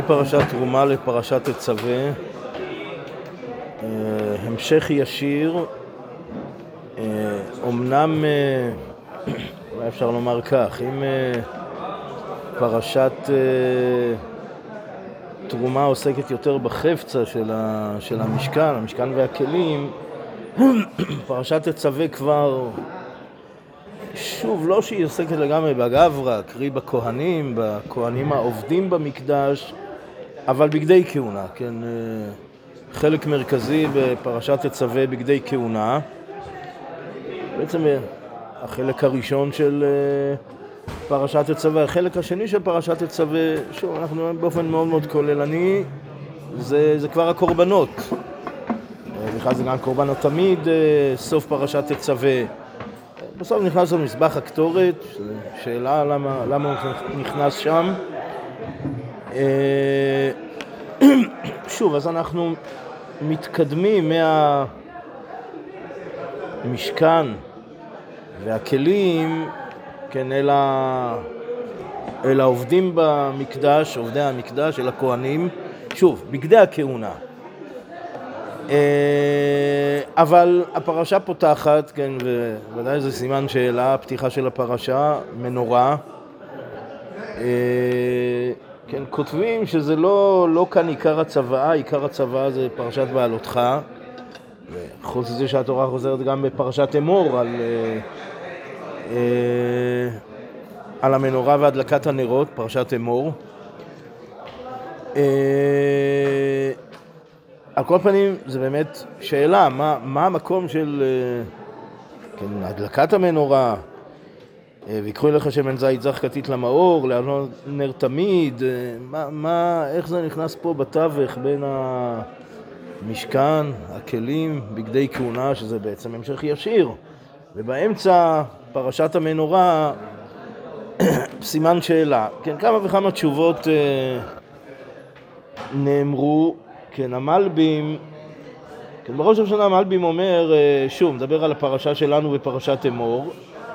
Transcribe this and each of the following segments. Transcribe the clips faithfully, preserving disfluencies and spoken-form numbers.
פרשת תרומה לפרשת תצווה, המשך ישיר, אמנם אולי אפשר לומר כך, אם פרשת תרומה עוסקת יותר בחפצה של, ה, של המשכן, המשכן והכלים, פרשת תצווה כבר, שוב, לא שהיא עוסקת לגמרי בגברא, קרי בכהנים, בכהנים העובדים במקדש, אבל בגדי כהונה, כן, חלק מרכזי בפרשת תצווה בגדי כהונה. בעצם החלק הראשון של פרשת תצווה, החלק השני של פרשת תצווה, שוב, אנחנו באופן מאוד מאוד כוללני, זה, זה כבר הקורבנות. בכלל זה גם קורבנות תמיד, סוף פרשת תצווה. בסוף נכנס למזבח הקטורת, שאלה למה, למה הוא נכנס שם. שוב, אז אנחנו מתקדמים מהמשכן והכלים, כן, אל, ה... אל העובדים במקדש, עובדי המקדש, אל הכהנים, שוב, בגדי הכהונה. אבל הפרשה פותחת, כן, וודאי זה סימן שאלה, הפתיחה של הפרשה, מנורה. כן, כותבים שזה לא, לא כאן עיקר הצוואה, עיקר הצוואה זה פרשת בעלותך. וחוץ לזה שהתורה חוזרת גם בפרשת אמור על, על המנורה והדלקת הנרות, פרשת אמור. על כל פנים, זה באמת שאלה, מה, מה המקום של כן, הדלקת המנורה, ויקחו אליך שמן זית זך כתית למאור, להעלות נר תמיד, מה, מה, איך זה נכנס פה בתווך בין המשכן, הכלים, בגדי כהונה, שזה בעצם המשך ישיר, ובאמצע פרשת המנורה, סימן שאלה. כן, כמה וכמה תשובות נאמרו, כן, המלבים, כן, בראש ובראשונה המלבים אומר, שוב, מדבר על הפרשה שלנו בפרשת אמור,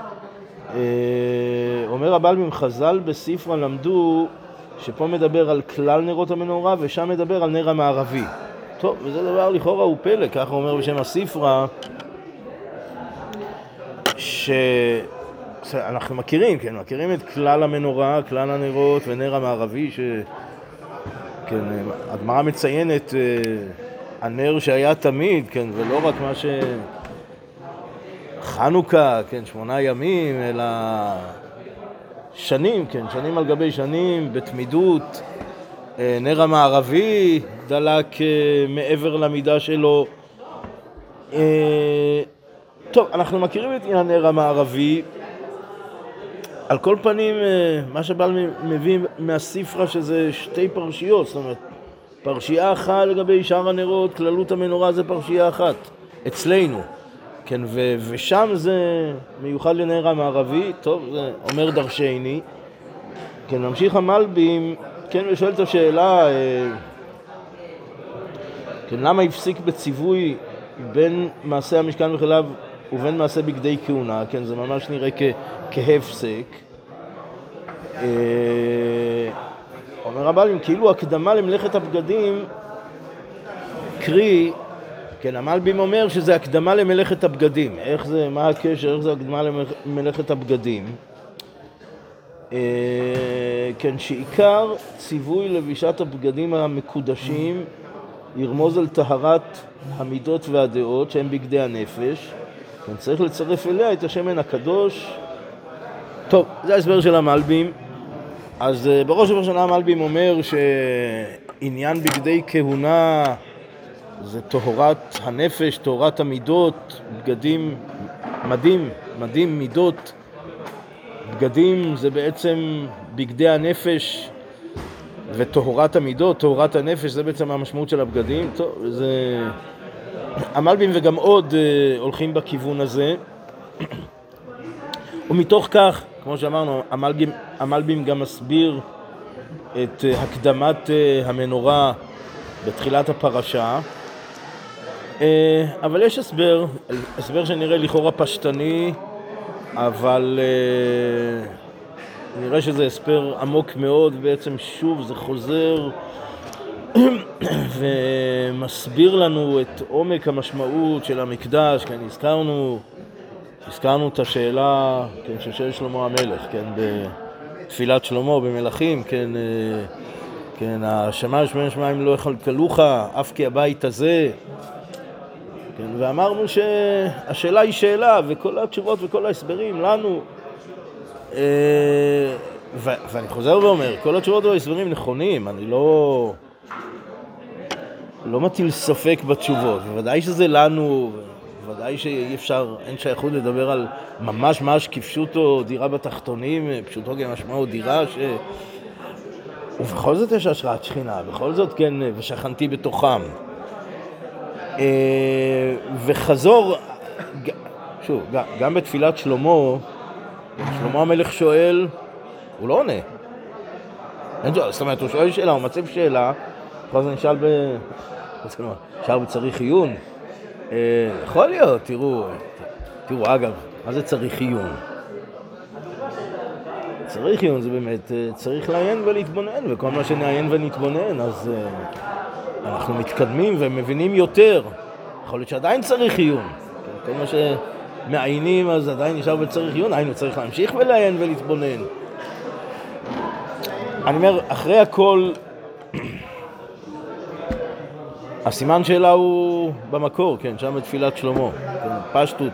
אומר המלבים, חז"ל בספרה למדו שפה מדבר על כלל נרות המנורה ושם מדבר על נר המערבי. טוב, וזה דבר לכאורה הוא פלא, ככה אומר בשם הספרה, שאנחנו מכירים, כן, מכירים את כלל המנורה, כלל הנרות ונר המערבי, ש... כן, הגמרא מציינת הנר שהיה תמיד, כן, ולא רק מה ש... חנוכה, כן, שמונה ימים, אלא שנים, כן, שנים על גבי שנים, בתמידות. נר המערבי דלק מעבר למידה שלו. טוב, אנחנו מכירים את הנר המערבי. על כל פנים, מה שבעל מביא מהספרה שזה שתי פרשיות, זאת אומרת, פרשייה אחת לגבי שאר הנרות, כללות המנורה זה פרשייה אחת, אצלנו. כן, ו- ושם זה מיוחד לנר המערבי, טוב, זה אומר דרשני. כן, ממשיך המלבים, כן, ושואל את השאלה, כן, למה הפסיק בציווי בין מעשה המשכן וכליו ובין מעשה בגדי כהונה, כן, זה ממש נראה כ- כהפסק. אומר המלבים, כאילו הקדמה למלאכת הבגדים, קרי, כן, המלבים אומר שזה הקדמה למלאכת הבגדים. איך זה, מה הקשר, איך זה הקדמה למלאכת הבגדים? כן, שעיקר ציווי לבישת הבגדים המקודשים ירמוז על טהרת המידות והדעות שהם בגדי הנפש. כן, צריך לצרף אליה את השמן הקדוש. טוב, זה ההסבר של המלבים. אז בראש ובראשונה המלבים אומר שעניין בגדי כהונה זה טהרת הנפש, טהרת המידות, בגדים, מדים, מדים, מידות. בגדים זה בעצם בגדי הנפש וטהרת המידות, טהרת הנפש, זה בעצם המשמעות של הבגדים. טוב, זה... המלבים וגם עוד uh, הולכים בכיוון הזה. ומתוך כך, כמו שאמרנו, המלבים, המלבים גם מסביר את uh, הקדמת uh, המנורה בתחילת הפרשה. אבל יש הסבר, הסבר שנראה לכאורה פשטני, אבל נראה שזה הסבר עמוק מאוד, בעצם שוב זה חוזר ומסביר לנו את עומק המשמעות של המקדש. כן, הזכרנו, הזכרנו את השאלה, כן, ששאל שלמה המלך, כן, בתפילת שלמה במלכים, כן, כן, השמיים שמיים שמיים לא יכלכלוך, אף כי הבית הזה. כן, ואמרנו שהשאלה היא שאלה, וכל התשובות וכל ההסברים לנו, ו- ואני חוזר ואומר, כל התשובות וההסברים נכונים, אני לא, לא מטיל ספק בתשובות, בוודאי שזה לנו, בוודאי שאי אפשר, אין שייכות לדבר על ממש ממש כפשוטו דירה בתחתונים, פשוטו כמשמעו דירה ש... ובכל זאת יש השראת שכינה, בכל זאת כן, ושכנתי בתוכם. וחזור, שוב, גם בתפילת שלמה, שלמה המלך שואל, הוא לא עונה. זאת אומרת, הוא שואל שאלה, הוא מציב שאלה, אחרי זה נשאל ב... נשאל בצריך עיון. יכול להיות, תראו, תראו, אגב, מה זה צריך עיון? צריך עיון זה באמת, צריך לעיין ולהתבונן, וכל מה שנעיין ונתבונן, אז אנחנו מתקדמים ומבינים יותר. יכול להיות שעדיין צריך עיון. כל מה שמעיינים אז עדיין נשאר בצריך עיון, היינו צריך להמשיך ולעיין ולהתבונן. אני אומר, אחרי הכל, הסימן שאלה הוא במקור, כן, שם בתפילת שלמה, כן, פשטות.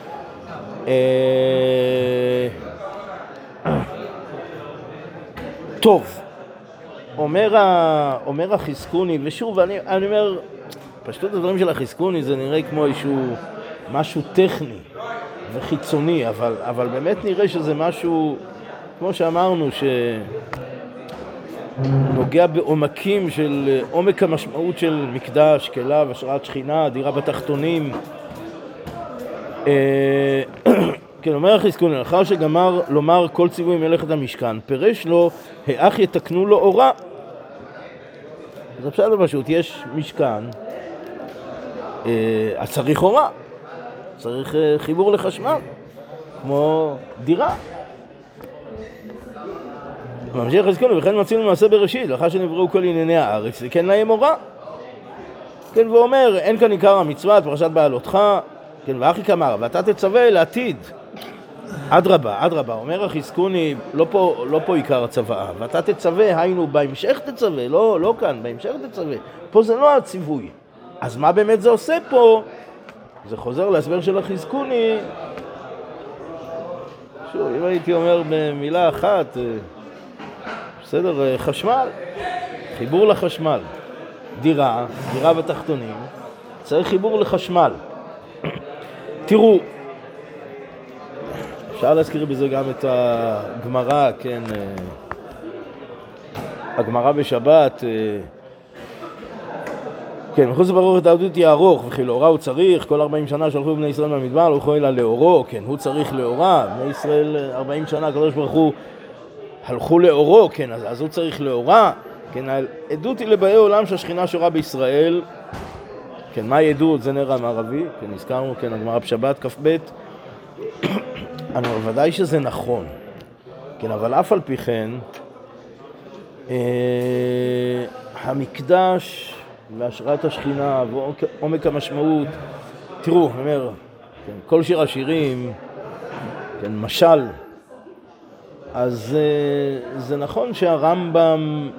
טוב, אומר, ה... אומר החזקוני, ושוב, אני, אני אומר, פשטות הדברים של החזקוני זה נראה כמו איזשהו משהו טכני וחיצוני, אבל, אבל באמת נראה שזה משהו, כמו שאמרנו, שנוגע בעומקים של עומק המשמעות של מקדש, כליו, השראת שכינה, דירה בתחתונים. כן, אומר החזקוני, לאחר שגמר לומר כל ציווי מלאכת המשכן, פירש לו, האח יתקנו לו אורה. זה פשוט פשוט, יש משכן, אז צריך אורה, צריך חיבור לחשמל, כמו דירה. ממשיך חזקוני, וכן מצינו מעשה בראשית, לאחר שנבראו כל ענייני הארץ, וכן להם אורה. כן, ואומר, אין כאן עיקר המצוות, פרשת בעלותך, כן, ואחי כמר, ואתה תצווה לעתיד. אדרבה, אדרבה, אומר החזקוני, לא פה, לא פה עיקר הצוואה, ואתה תצווה, היינו בהמשך תצווה, לא, לא כאן, בהמשך תצווה. פה זה לא הציווי. אז מה באמת זה עושה פה? זה חוזר להסבר של החזקוני. שוב, אם הייתי אומר במילה אחת, בסדר, חשמל, חיבור לחשמל. דירה, דירה בתחתונים, צריך חיבור לחשמל. תראו, אפשר להזכיר בזה גם את הגמרא, כן, הגמרא בשבת, כן, מחוץ לברוך את העדות יערוך, וכי לאורה הוא צריך, כל ארבעים שנה שהלכו בני ישראל במדבר, לא יכולו אלא לאורו, כן, הוא צריך לאורה, בני ישראל ארבעים שנה, הקדוש ברוך הוא הלכו לאורו, כן, אז, אז הוא צריך לאורה, כן, העדות היא לבאי עולם שהשכינה שורה בישראל, כן, מהי עדות? זה נר המערבי, כן, הזכרנו, כן, הגמרא בשבת, כ"ב, אני אומר, ודאי שזה נכון, כן, אבל אף על פי כן, אה, המקדש והשראת השכינה ועומק המשמעות, תראו, אני אומר, כן, כל שיר השירים, כן, משל, אז אה, זה נכון שהרמב"ם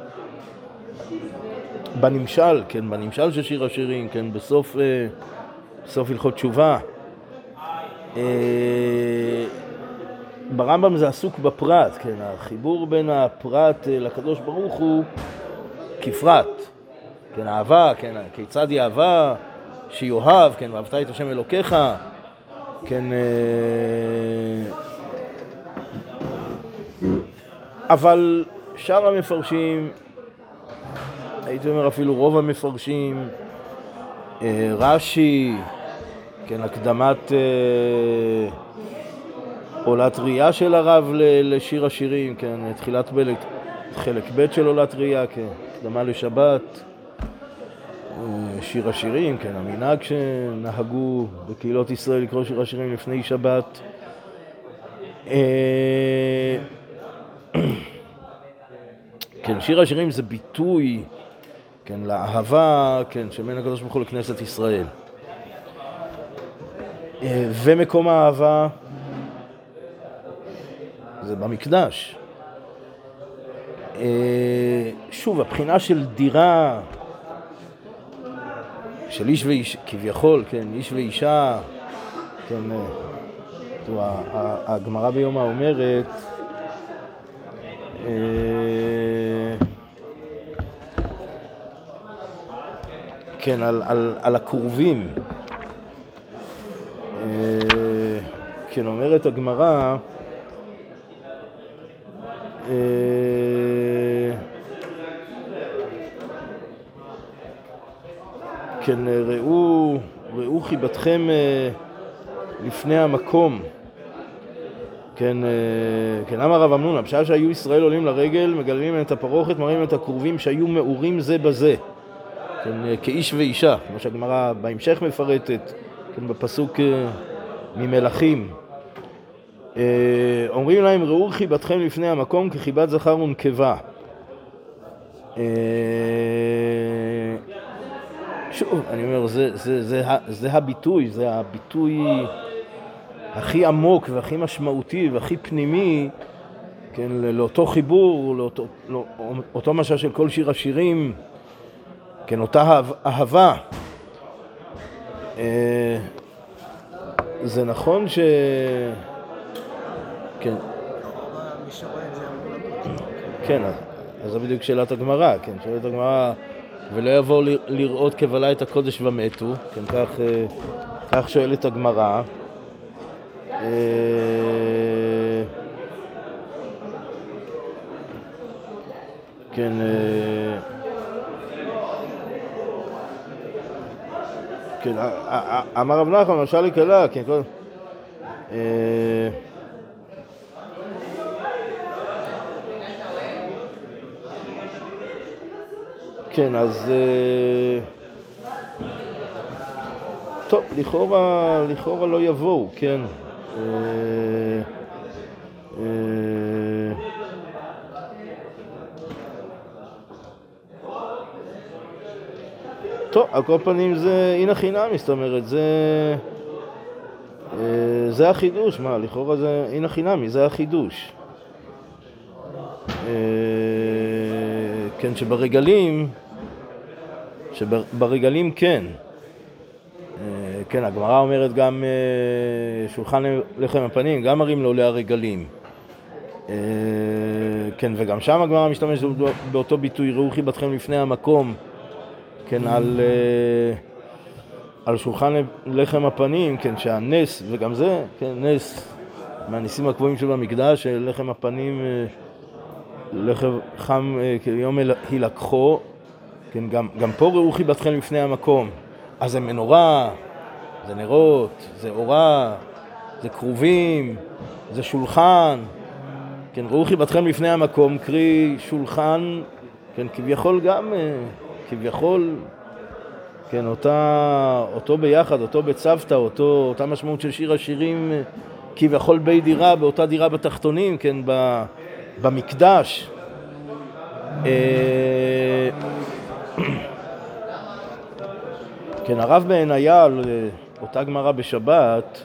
בנמשל, כן, בנמשל של שיר השירים, כן, בסוף, אה, בסוף הלכות תשובה, אה, ברמב"ם זה עסוק בפרט, כן, החיבור בין הפרט לקדוש ברוך הוא כפרט, כן, אהבה, כן, כיצד היא אהבה, שיואהב, כן, ואהבת את השם אלוקיך, כן, אבל שאר המפרשים, הייתי אומר אפילו רוב המפרשים, רש"י, כן, הקדמת עולת ראייה של הרב לשיר השירים, כן, תחילת בלק, חלק ב' של עולת ראייה, כן, הקדמה לשבת, שיר השירים, כן, המנהג שנהגו בקהילות ישראל לקרוא שיר השירים לפני שבת. כן, שיר השירים זה ביטוי, כן, לאהבה, כן, שבין הקדוש ברוך הוא לכנסת ישראל. ומקום האהבה זה במקדש. שוב, הבחינה של דירה, של איש ואיש, כביכול, כן, איש ואישה, כן, תראו, הגמרא ביומא אומרת, כן, על, על, על הקרובים. כן, אומרת הגמרא, כן, ראו, ראו חיבתכם לפני המקום. כן, כן, אמר רב אמנון, בשעה שהיו ישראל עולים לרגל, מגללים את הפרוכת, מראים את הקרובים שהיו מאורים זה בזה. כן, כאיש ואישה, כמו שהגמרא בהמשך מפרטת, כן, בפסוק ממלכים. אומרים להם, ראו חיבתכם לפני המקום כחיבת זכר ונקבה. שוב, אני אומר, זה, זה, זה, זה הביטוי, זה הביטוי הכי עמוק והכי משמעותי והכי פנימי, כן, לאותו חיבור, לאותו, לאותו משל של כל שיר השירים, כן, אותה אהבה. זה נכון ש... כן. כן, אז זה בדיוק שאלת הגמרא, כן, שאלת הגמרא, ולא יבואו לראות כבלה את הקודש ומתו, כן, כך, כך שואלת הגמרא. כן, כן, אמר רב נחמן, משל לי קלה, כן, כל... כן, אז... טוב, לכאורה, לכאורה לא יבואו, כן. טוב, על כל פנים זה אין החינם, זאת אומרת, זה... זה החידוש, מה, לכאורה זה אין החינם, זה החידוש. כן, שברגלים, שברגלים כן. כן, הגמרא אומרת גם שולחן לחם הפנים, גם מראים לעולי הרגלים. כן, וגם שם הגמרא משתמש באותו ביטוי, ראו חיבתכם לפני המקום, כן, על, על שולחן לחם הפנים, כן, שהנס, וגם זה, כן, נס, מהניסים הקבועים של המקדש, לחם הפנים, לחם חם כיום הילקחו, כן, גם, גם פה ראו חיבתכם לפני המקום. אז זה מנורה, זה נרות, זה אורה, זה קרובים, זה שולחן. כן, ראו חיבתכם לפני המקום, קרי שולחן, כן, כביכול גם, כביכול, כן, אותה, אותו ביחד, אותו בצוותא, אותו, אותה משמעות של שיר השירים, כביכול בי דירה, באותה דירה בתחתונים, כן, ב, במקדש. כן, הרב בעיניה, על אותה גמרא בשבת,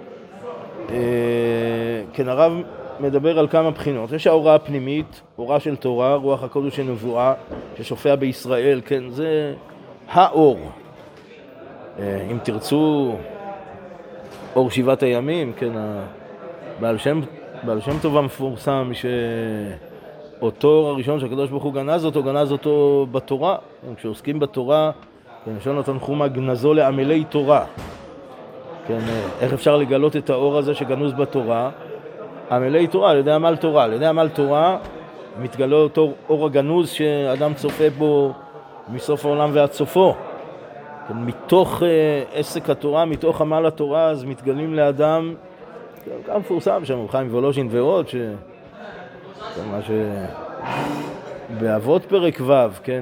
כן, הרב מדבר על כמה בחינות. יש ההוראה הפנימית, הוראה של תורה, רוח הקודש של נבואה, ששופע בישראל, כן, זה האור. אם תרצו, אור שבעת הימים, כן, בעל שם, בעל שם טוב המפורסם, שאותו אור הראשון שהקדוש ברוך הוא גנז אותו, גנז אותו בתורה. כשעוסקים בתורה, כן, לשון התנחומא גנזו לעמלי תורה. כן, איך אפשר לגלות את האור הזה שגנוז בתורה? עמלי תורה, על ידי עמל תורה. על ידי עמל תורה מתגלה אותו אור הגנוז שאדם צופה בו מסוף העולם ועד סופו. כן, מתוך uh, עסק התורה, מתוך עמל התורה, אז מתגלים לאדם, גם מפורסם שם, חיים וולוז'ין ועוד, ש... כן, מה ש... באבות פרק ו', כן,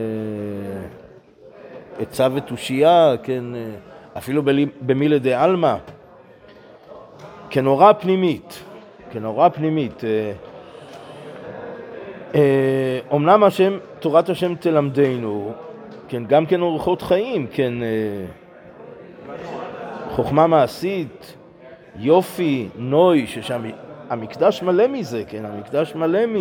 uh, עצה ותושייה, כן, uh, אפילו במילי דה אלמה, כנורא פנימית, כנורא פנימית. Uh, אומנם השם, תורת השם תלמדנו, כן, גם כן אורחות חיים, כן, חוכמה מעשית, יופי, נוי, ששם המקדש מלא מזה, כן, המקדש מלא מ...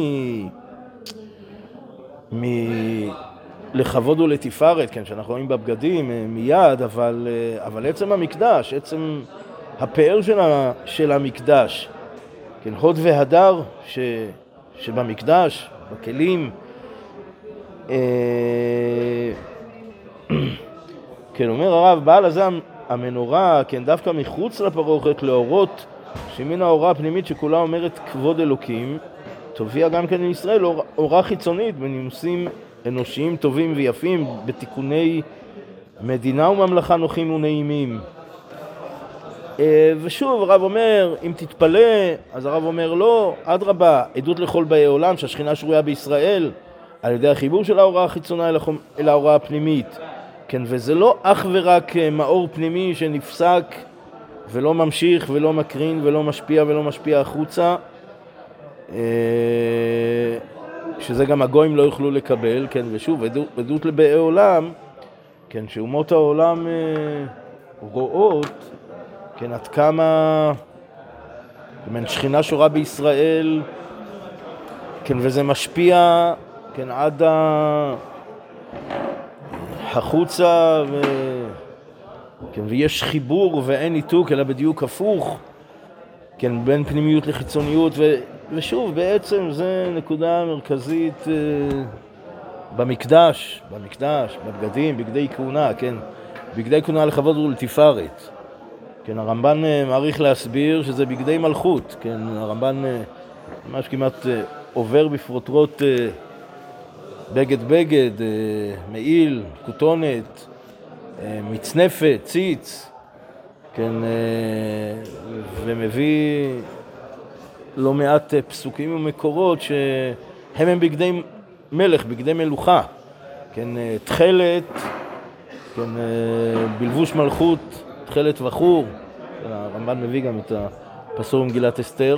מ... לכבוד ולתפארת, כן, שאנחנו רואים בבגדים מיד, אבל, אבל עצם המקדש, עצם הפאר של, ה... של המקדש, כן, הוד והדר ש... שבמקדש, בכלים, כן, אומר הרב, בעל הזה המנורה, כן, דווקא מחוץ לפרוכת לאורות, שמן האורה הפנימית שכולה אומרת כבוד אלוקים, תוביע גם כן לישראל אור, אורה חיצונית בנימוסים אנושיים טובים ויפים, בתיקוני מדינה וממלכה נוחים ונעימים. ושוב הרב אומר, אם תתפלא, אז הרב אומר לא, אדרבה, עדות לכל באי עולם שהשכינה שרויה בישראל על ידי החיבור של האורה החיצונה אל האורה הפנימית, כן, וזה לא אך ורק מאור פנימי שנפסק ולא ממשיך ולא מקרין ולא משפיע ולא משפיע החוצה, שזה גם הגויים לא יוכלו לקבל, כן, ושוב, עדות, עדות לבאי עולם, כן, שאומות העולם רואות, כן, עד כמה מן שכינה שורה בישראל, כן, וזה משפיע, כן, עד ה... החוצה, ו... כן, ויש חיבור ואין ניתוק, אלא בדיוק הפוך, כן, בין פנימיות לחיצוניות, ו... ושוב, בעצם זה נקודה מרכזית אה, במקדש, במקדש, בבגדים, בגדי כהונה, כן, בגדי כהונה לכבוד ולתפארת. כן, הרמב"ן מעריך להסביר שזה בגדי מלכות, כן, הרמב"ן ממש כמעט עובר בפרוטרוט בגד בגד, מעיל, כותונת, מצנפת, ציץ, כן, ומביא לא מעט פסוקים ומקורות שהם הם בגדי מלך, בגדי מלוכה, כן, תחלת, כן, בלבוש מלכות, תחלת וחור, הרמב"ן מביא גם את הפסוק במגילת אסתר.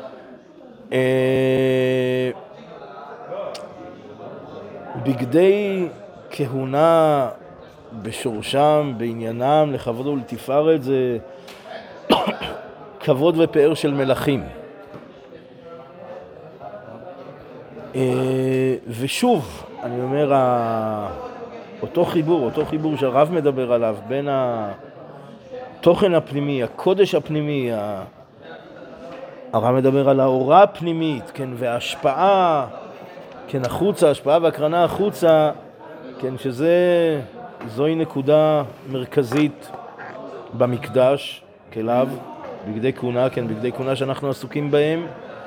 בגדי כהונה בשורשם, בעניינם, לכבוד ולתפארת, זה כבוד ופאר של מלכים. ושוב, אני אומר, אותו חיבור, אותו חיבור שהרב מדבר עליו, בין התוכן הפנימי, הקודש הפנימי, הרב מדבר על האורה הפנימית, כן, וההשפעה, כן, החוצה, ההשפעה והקרנה החוצה, כן, שזה, זוהי נקודה מרכזית במקדש, כליו, בגדי כהונה, כן, בגדי כהונה שאנחנו עסוקים בהם.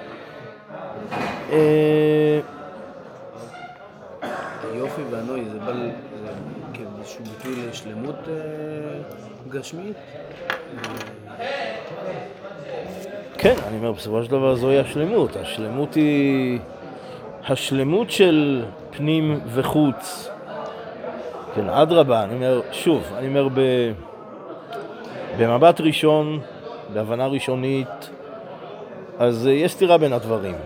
היופי והנוי, זה בא כאיזשהו ביטוי לשלמות גשמית? כן, אני אומר, בסופו של דבר זוהי השלמות. השלמות היא השלמות של פנים וחוץ. כן, אדרבה, אני אומר, שוב, אני אומר, ב... במבט ראשון, בהבנה ראשונית, אז יש סתירה בין הדברים.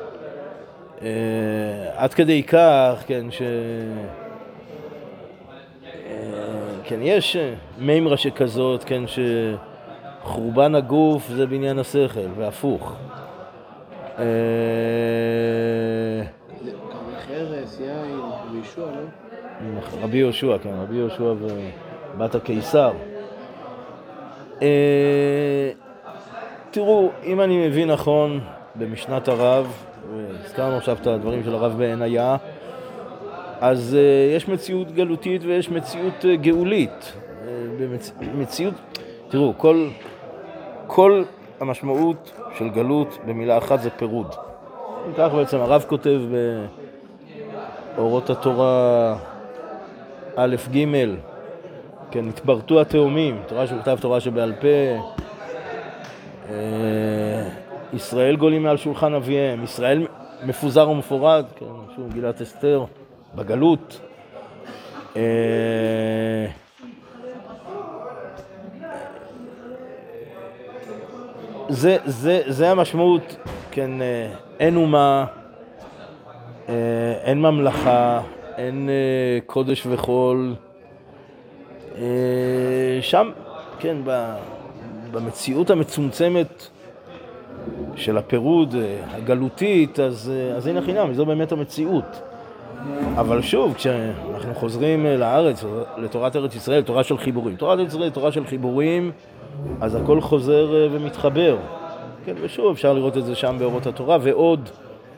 עד כדי כך, כן, ש... כן, יש מימרה שכזאת, כן, שחורבן הגוף זה בעניין השכל, והפוך. חרס, יין, וישוע, לא? רבי יהושע, כן, רבי יהושע ובת הקיסר. תראו, אם אני מבין נכון, במשנת הרב, והזכרנו עכשיו את הדברים של הרב בעניה, אז uh, יש מציאות גלותית ויש מציאות uh, גאולית. Uh, במצ... מציאות, תראו, כל, כל המשמעות של גלות במילה אחת זה פירוד. כך בעצם הרב כותב באורות התורה א' ג', כן, התברתו התאומים, תורה שכתב תורה שבעל פה, uh, ישראל גולים מעל שולחן אביהם, ישראל מפוזר ומפורד, כן, שוב מגילת אסתר, בגלות. זה, זה, זה המשמעות, כן, אין אומה, אין ממלכה, אין קודש וחול. שם, כן, במציאות המצומצמת של הפירוד הגלותית, אז, אז הנה חינם, זו באמת המציאות. אבל שוב, כשאנחנו חוזרים לארץ, לתורת ארץ ישראל, תורה של חיבורים. תורת ארץ ישראל, תורה של חיבורים, אז הכל חוזר ומתחבר. כן, ושוב, אפשר לראות את זה שם באורות התורה, ועוד.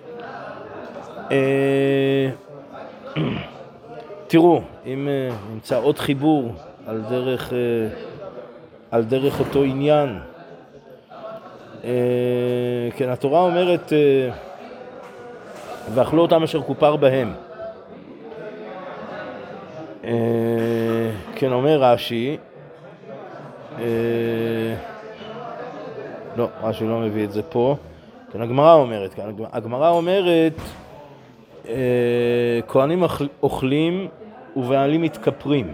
תראו, אם נמצא עוד חיבור על דרך, על דרך אותו עניין, כן, התורה אומרת, ואכלו אותם אשר כופר בהם. כן, אומר רש"י, לא, רש"י לא מביא את זה פה, כן, הגמרא אומרת, כן, הגמרא אומרת, כהנים אוכלים ובעלים מתכפרים.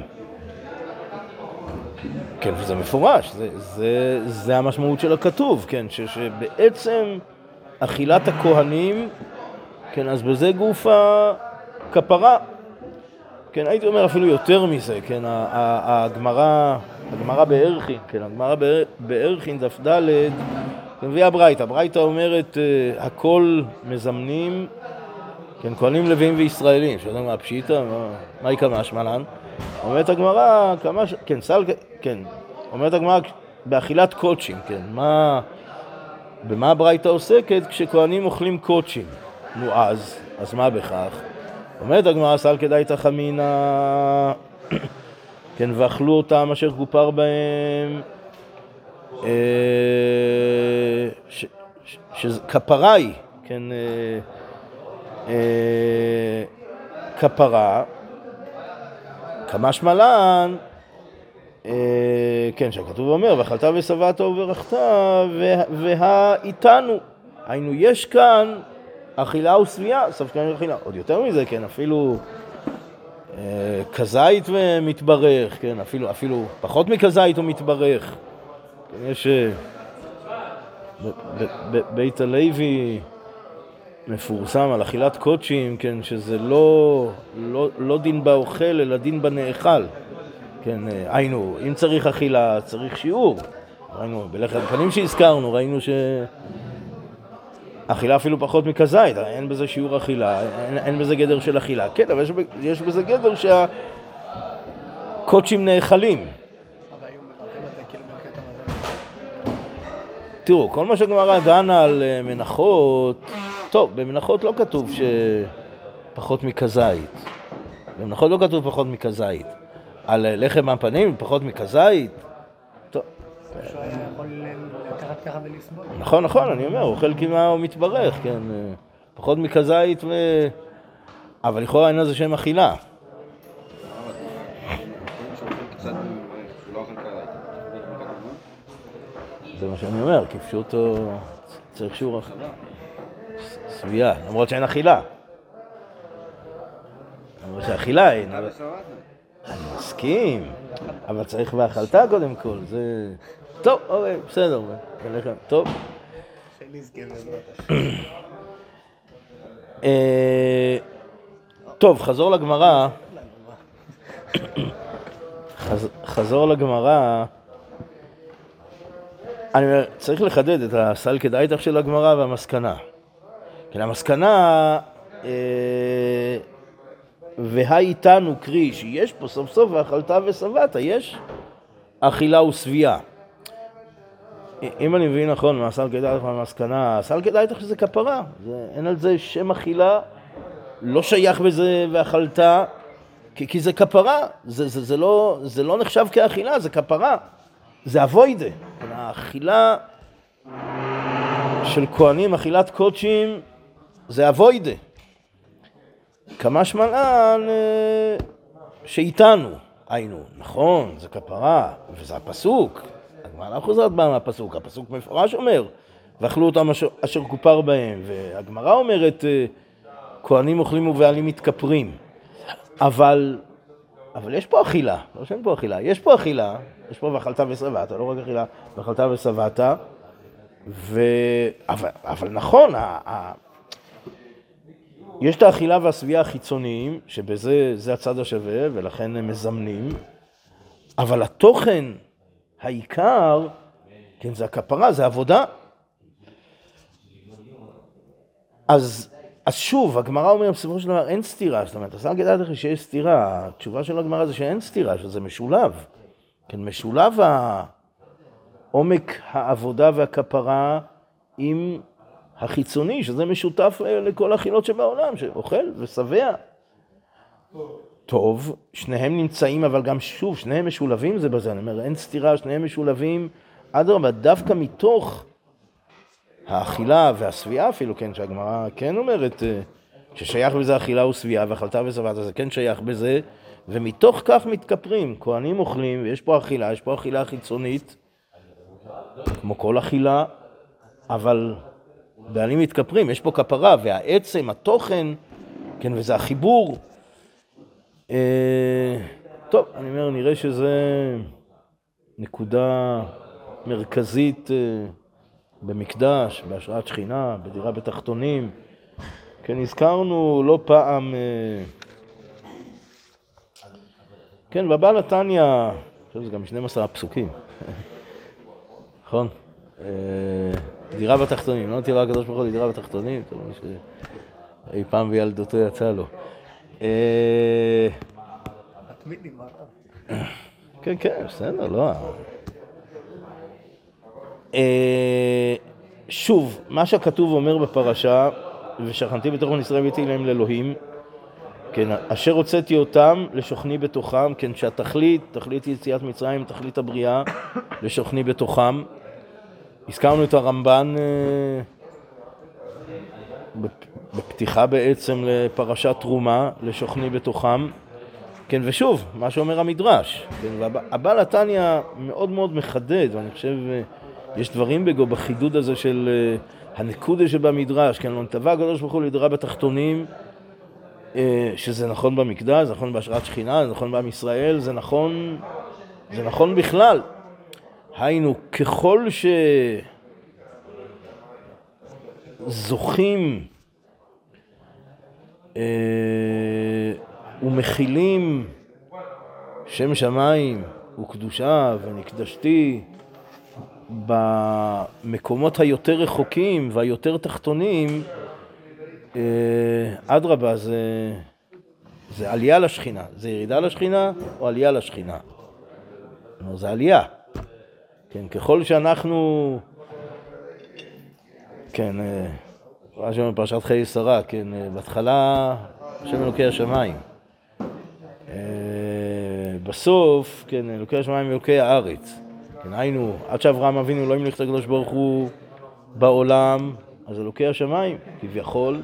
כן, וזה מפורש, זה, זה, זה המשמעות של הכתוב, כן, ש, שבעצם אכילת הכהנים, כן, אז בזה גוף הכפרה. כן, הייתי אומר אפילו יותר מזה, כן, הגמרא, הגמרא בערכין, כן, הגמרא בערכין דף ד' מביאה ברייתא. ברייתא אומרת, הכל מזמנים, כן, כהנים לוויים וישראלים, שאומרים מה פשיטה, מה, מה היא כמה שמלן? אומרת הגמרא, כמה, כן, סל, כן, אומרת הגמרא באכילת קודשים, כן, מה, במה ברייתא עוסקת כשכהנים אוכלים קודשים? נו אז, אז מה בכך? אומרת הגמרא, סל כדאי תחמינה, כן, ואכלו אותם אשר כופר בהם, שכפרה היא, כן, כפרה, כמה שמלן, כן, שהכתוב אומר, ואכלת ושבעת וברכת, וה איתנו. היינו, יש כאן אכילה ושביעה, סוף כאן אכילה. עוד יותר מזה, כן, אפילו כזית ומתברך, כן, אפילו, אפילו פחות מכזית ומתברך. כן, יש בית הלוי מפורסם על אכילת קודשים, כן, שזה לא, לא, לא דין באוכל, אלא דין בנאכל. כן, היינו, אם צריך אכילה, צריך שיעור. ראינו, בלחם פנים שהזכרנו, ראינו שאכילה אפילו פחות מכזית, אין בזה שיעור אכילה, אין, אין בזה גדר של אכילה. כן, אבל יש, יש בזה גדר שהקודשים נאכלים. תראו, כל מה שגמרא דנה על מנחות, טוב, במנחות לא כתוב שפחות מכזית. במנחות לא כתוב פחות מכזית. על לחם הפנים, פחות מכזית. טוב. שהוא היה יכול לקחת ככה ולסבול. נכון, נכון, אני אומר, אוכל כמעט הוא מתברך, כן. פחות מכזית ו... אבל לכאורה אין לזה שם אכילה. זה מה שאני אומר, כפשוט צריך שיעור אכילה. סביעה, למרות שאין אכילה. למרות שאכילה אין. אני מסכים, אבל צריך ואכלת קודם כל, זה... טוב, אוקיי, בסדר. טוב. טוב, חזור לגמרא. חזור לגמרא. אני אומר, צריך לחדד את הסל כדאיתך של הגמרא והמסקנה. כן, המסקנה, והאיתנו קרי, שיש פה סוף סוף ואכלת ושבעת, יש אכילה ושביעה. אם אני מבין נכון מהסל כדאיתך והמסקנה, הסל כדאיתך שזה כפרה, זה, אין על זה שם אכילה, לא שייך בזה ואכלת, כי, כי זה כפרה, זה, זה, זה, לא, זה לא נחשב כאכילה, זה כפרה, זה אבוידה. האכילה של כהנים, אכילת קודשים, זה אבוידה. כמה שמלן שאיתנו, היינו, נכון, זה כפרה, וזה הפסוק. הגמרא לא חוזרת בה מהפסוק, הפסוק מפורש אומר, ואכלו אותם אשר, אשר כופר בהם, והגמרא אומרת, כהנים אוכלים ובעלים מתכפרים. אבל, אבל יש פה אכילה, לא שאין פה אכילה, יש פה אכילה, יש פה ואכלת ושבעת, לא רק אכילה, ואכלת ושבעת, ו... אבל, אבל נכון, ה... ה... יש את האכילה והשביעה החיצוניים, שבזה זה הצד השווה, ולכן הם מזמנים, אבל התוכן, העיקר, כן, זה הכפרה, זה עבודה. אז, אז שוב, הגמרא אומרת, בסופו של דבר אין סתירה, זאת אומרת, אז אל תדעת לך שיש סתירה, התשובה של הגמרא זה שאין סתירה, שזה משולב. כן, משולב העומק העבודה והכפרה עם החיצוני, שזה משותף לכל האכילות שבעולם, שאוכל ושבע. טוב, שניהם נמצאים, אבל גם שוב, שניהם משולבים זה בזה, אני אומר, אין סתירה, שניהם משולבים, אדרבה, דווקא מתוך האכילה והשביעה אפילו, כן, שהגמרא כן אומרת, ששייך בזה אכילה ושביעה, ואכלתה ושבעת, זה כן שייך בזה, ומתוך כך מתכפרים, כהנים אוכלים, ויש פה אכילה, יש פה אכילה חיצונית, כמו כל אכילה, אבל בעלים מתכפרים, יש פה כפרה, והעצם, התוכן, כן, וזה החיבור. אה, טוב, אני אומר, נראה שזה נקודה מרכזית אה, במקדש, בהשראת שכינה, בדירה בתחתונים. כן, הזכרנו לא פעם, אה, כן, בבעל התניא, אני חושב שזה גם שנים עשר הפסוקים, נכון? אה, דירה בתחתונים, לא תראה הקדוש ברוך הוא דירה בתחתונים, טוב, שאי פעם בילדותו יצא לו. התמיד נגמר. כן, כן, בסדר, לא. שוב, מה שהכתוב אומר בפרשה, ושכנתי בתוך בני ישראל והייתי להם לאלוהים, כן, אשר הוצאתי אותם לשוכני בתוכם, כן, שהתכלית, תכלית יציאת מצרים, תכלית הבריאה, לשוכני בתוכם. הזכרנו את הרמב"ן בפתיחה בעצם לפרשת תרומה, לשוכני בתוכם. כן, ושוב, מה שאומר המדרש, כן, והבעל התניא מאוד מאוד מחדד, ואני חושב, יש דברים בגו בחידוד הזה של הנקודה שבמדרש, כן, לא נתבע הקדוש ברוך הוא לדירה בתחתונים, שזה נכון במקדש, זה נכון בהשראת שכינה, זה נכון בעם ישראל, זה נכון, זה נכון בכלל. היינו, ככל שזוכים אה, ומכילים שם שמיים וקדושה ונקדשתי במקומות היותר רחוקים והיותר תחתונים, אה, אדרבה, זה, זה עלייה לשכינה. זה ירידה לשכינה או עלייה לשכינה? זה עלייה. כן, ככל שאנחנו, כן, ראה שם בפרשת חיי שרה, כן, בהתחלה השם אלוקי השמיים. בסוף, כן, אלוקי השמיים אלוקי הארץ. כן, היינו, עד שאברהם אבינו לא המליך את הקדוש ברוך הוא בעולם, אז אלוקי השמיים, כביכול,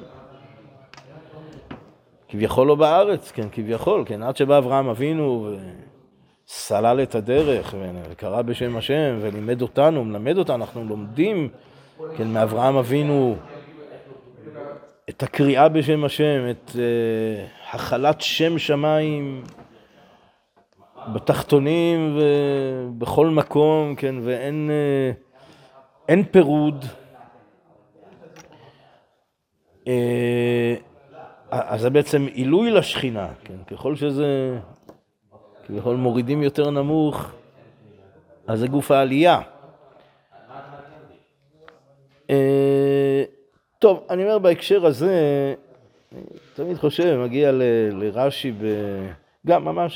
כביכול לא בארץ, כן, כביכול, כן, עד שבא אברהם אבינו ו... סלל את הדרך וקרא בשם השם ולימד אותנו, מלמד אותנו, אנחנו לומדים, כן, מאברהם אבינו את הקריאה בשם השם, את uh, החלת שם שמיים בתחתונים ובכל מקום, כן, ואין uh, אין פירוד. Uh, אז זה בעצם עילוי לשכינה, כן, ככל שזה כביכול מורידים יותר נמוך, אז זה גוף העלייה. אה, טוב, אני אומר בהקשר הזה, אני תמיד חושב, מגיע ל, לרש"י, ב, גם ממש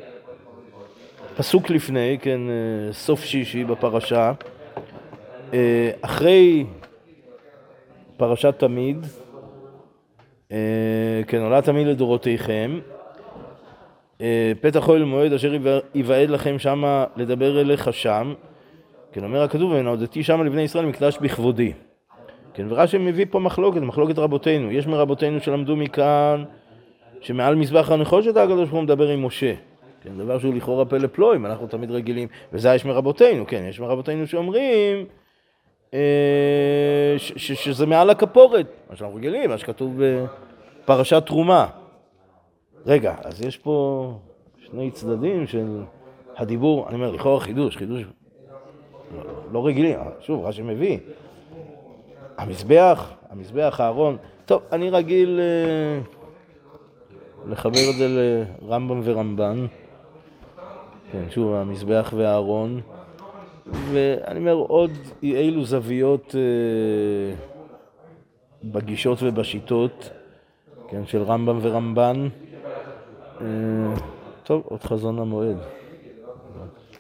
פסוק לפני, כן, סוף שישי בפרשה, אה, אחרי פרשת תמיד, אה, כן, עולה תמיד לדורותיכם, פתח אוהל מועד אשר יוועד לכם שמה לדבר אליך שם, כן, אומר הכתוב, ונעודתי שמה לבני ישראל מקדש בכבודי. כן, ורש"י מביא פה מחלוקת, מחלוקת רבותינו. יש מרבותינו שלמדו מכאן שמעל מזבח הנחושת הקדוש ברוך הוא מדבר עם משה. כן, דבר שהוא לכאורה פלא פלואים, אנחנו תמיד רגילים, וזה יש מרבותינו, כן, יש מרבותינו שאומרים אה, ש- ש- שזה מעל הכפורת, מה שאנחנו רגילים, מה שכתוב בפרשת תרומה. רגע, אז יש פה שני צדדים של הדיבור, אני אומר, לכאורה חידוש, חידוש לא, לא רגילים, שוב, רש"י מביא. המזבח, המזבח, הארון. טוב, אני רגיל אה, לחבר את זה לרמב"ם ורמב"ן. כן, שוב, המזבח והארון. ואני אומר עוד אי אילו זוויות אה, בגישות ובשיטות, כן, של רמב"ם ורמב"ן. אה, טוב, עוד חזון המועד.